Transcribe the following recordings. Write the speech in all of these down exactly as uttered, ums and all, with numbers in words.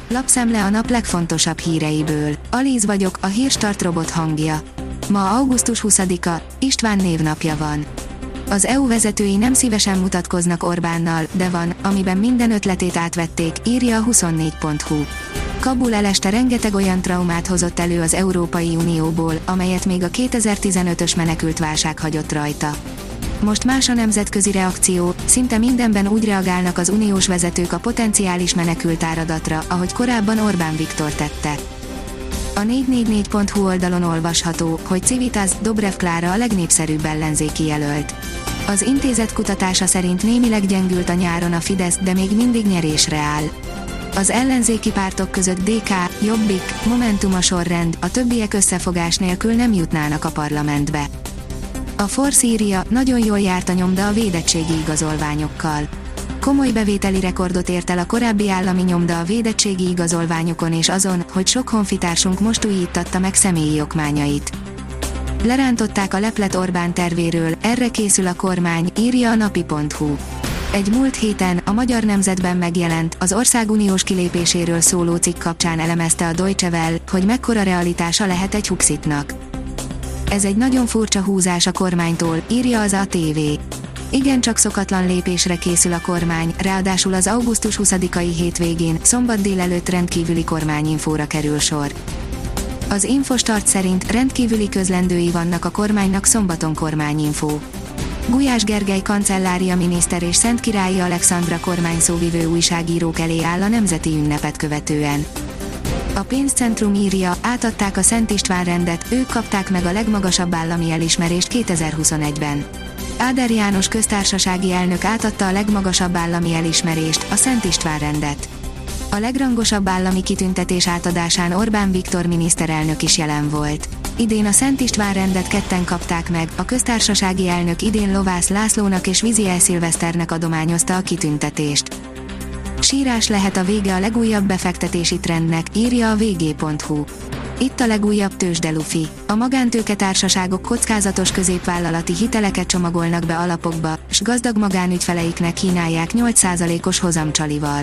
Lapszemle a nap legfontosabb híreiből. Alíz vagyok, a Hírstart robot hangja. Ma augusztus huszadika, István névnapja van. Az é u vezetői nem szívesen mutatkoznak Orbánnal, de van, amiben minden ötletét átvették, írja a huszonnégy pont hu. Kabul eleste rengeteg olyan traumát hozott elő az Európai Unióból, amelyet még a kétezer-tizenötös menekültválság hagyott rajta. Most más a nemzetközi reakció, szinte mindenben úgy reagálnak az uniós vezetők a potenciális menekültáradatra, ahogy korábban Orbán Viktor tette. A négy négy négy pont hu oldalon olvasható, hogy Civitas, Dobrev Klára a legnépszerűbb ellenzéki jelölt. Az intézet kutatása szerint némileg gyengült a nyáron a Fidesz, de még mindig nyerésre áll. Az ellenzéki pártok között dé ká, Jobbik, Momentum a sorrend, a többiek összefogás nélkül nem jutnának a parlamentbe. A Force írja, nagyon jól járt a nyomda a védettségi igazolványokkal. Komoly bevételi rekordot ért el a korábbi állami nyomda a védettségi igazolványokon és azon, hogy sok honfitársunk most újítatta meg személyi okmányait. Lerántották a leplet Orbán tervéről, erre készül a kormány, írja a napi pont hu. Egy múlt héten, a Magyar Nemzetben megjelent, az ország uniós kilépéséről szóló cikk kapcsán elemezte a Deutsche Welle, hogy mekkora realitása lehet egy Huxitnak. Ez egy nagyon furcsa húzás a kormánytól, írja az á té vé. Igen, csak szokatlan lépésre készül a kormány, ráadásul az augusztus huszadikai hétvégén, szombat délelőtt rendkívüli kormányinfóra kerül sor. Az Infostart szerint rendkívüli közlendői vannak a kormánynak szombaton kormányinfó. Gulyás Gergely kancellária miniszter és Szentkirályi Alexandra kormányszóvivő újságírók elé áll a nemzeti ünnepet követően. A pénzcentrum írja, átadták a Szent István rendet, ők kapták meg a legmagasabb állami elismerést kétezer-huszonegyben. Áder János köztársasági elnök átadta a legmagasabb állami elismerést, a Szent István rendet. A legrangosabb állami kitüntetés átadásán Orbán Viktor miniszterelnök is jelen volt. Idén a Szent István rendet ketten kapták meg, a köztársasági elnök idén Lovász Lászlónak és Viziel Szilveszternek adományozta a kitüntetést. Sírás lehet a vége a legújabb befektetési trendnek, írja a vé gé pont hu. Itt a legújabb tőzsdelufi. A magántőketársaságok kockázatos középvállalati hiteleket csomagolnak be alapokba, s gazdag magánügyfeleiknek kínálják nyolc százalékos hozamcsalival.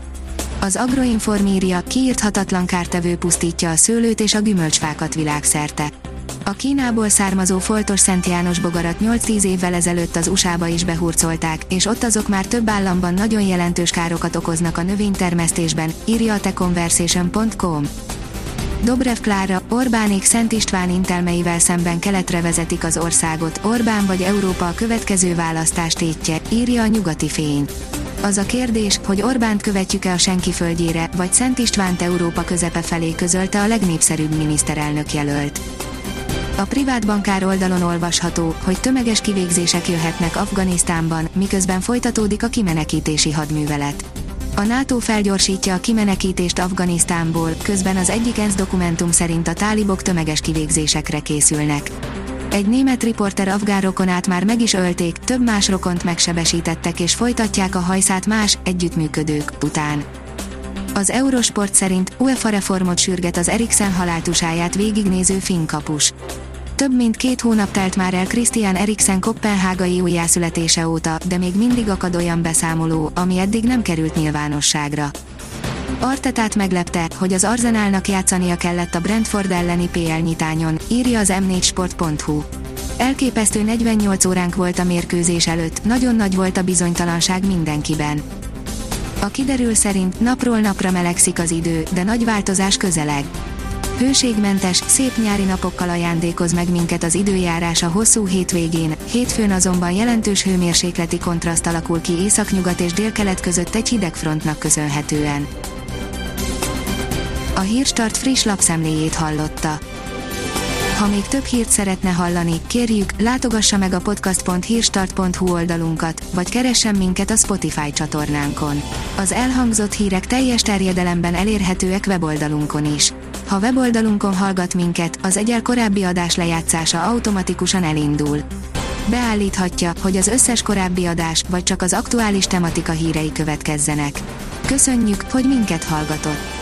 Az Agroinform írja, kiírthatatlan kártevő pusztítja a szőlőt és a gyümölcsfákat világszerte. A Kínából származó foltos Szent János bogarat nyolc-tíz évvel ezelőtt az u es á-ba is behurcolták, és ott azok már több államban nagyon jelentős károkat okoznak a növénytermesztésben, írja a theconversation pont com. Dobrev Klára, Orbánék Szent István intelmeivel szemben keletre vezetik az országot, Orbán vagy Európa a következő választás tétje, írja a Nyugati Fény. Az a kérdés, hogy Orbánt követjük-e a senki földjére, vagy Szent Istvánt Európa közepe felé, közölte a legnépszerűbb miniszterelnök jelölt. A privát bankár oldalon olvasható, hogy tömeges kivégzések jöhetnek Afganisztánban, miközben folytatódik a kimenekítési hadművelet. A NATO felgyorsítja a kimenekítést Afganisztánból, közben az egyik ENSZ dokumentum szerint a tálibok tömeges kivégzésekre készülnek. Egy német riporter afgán rokonát már meg is ölték, több más rokont megsebesítettek és folytatják a hajszát más, együttműködők után. Az Eurosport szerint UEFA reformot sürget az Eriksen haláltusáját végignéző finn kapus. Több mint két hónap telt már el Christian Eriksen koppenhágai újjászületése óta, de még mindig akad olyan beszámoló, ami eddig nem került nyilvánosságra. Artetát meglepte, hogy az Arsenalnak játszania kellett a Brentford elleni pé el nyitányon, írja az em négy sport pont hu. Elképesztő negyvennyolc óránk volt a mérkőzés előtt, nagyon nagy volt a bizonytalanság mindenkiben. A kiderül szerint napról napra melegszik az idő, de nagy változás közeleg. Hőségmentes, szép nyári napokkal ajándékoz meg minket az időjárás a hosszú hétvégén, hétfőn azonban jelentős hőmérsékleti kontraszt alakul ki északnyugat és délkelet között egy hideg frontnak köszönhetően. A Hírstart friss lapszemléjét hallotta. Ha még több hírt szeretne hallani, kérjük, látogassa meg a podcast pont hírstart pont hu oldalunkat, vagy keressen minket a Spotify csatornánkon. Az elhangzott hírek teljes terjedelemben elérhetőek weboldalunkon is. Ha weboldalunkon hallgat minket, az egyel korábbi adás lejátszása automatikusan elindul. Beállíthatja, hogy az összes korábbi adás, vagy csak az aktuális tematika hírei következzenek. Köszönjük, hogy minket hallgatott!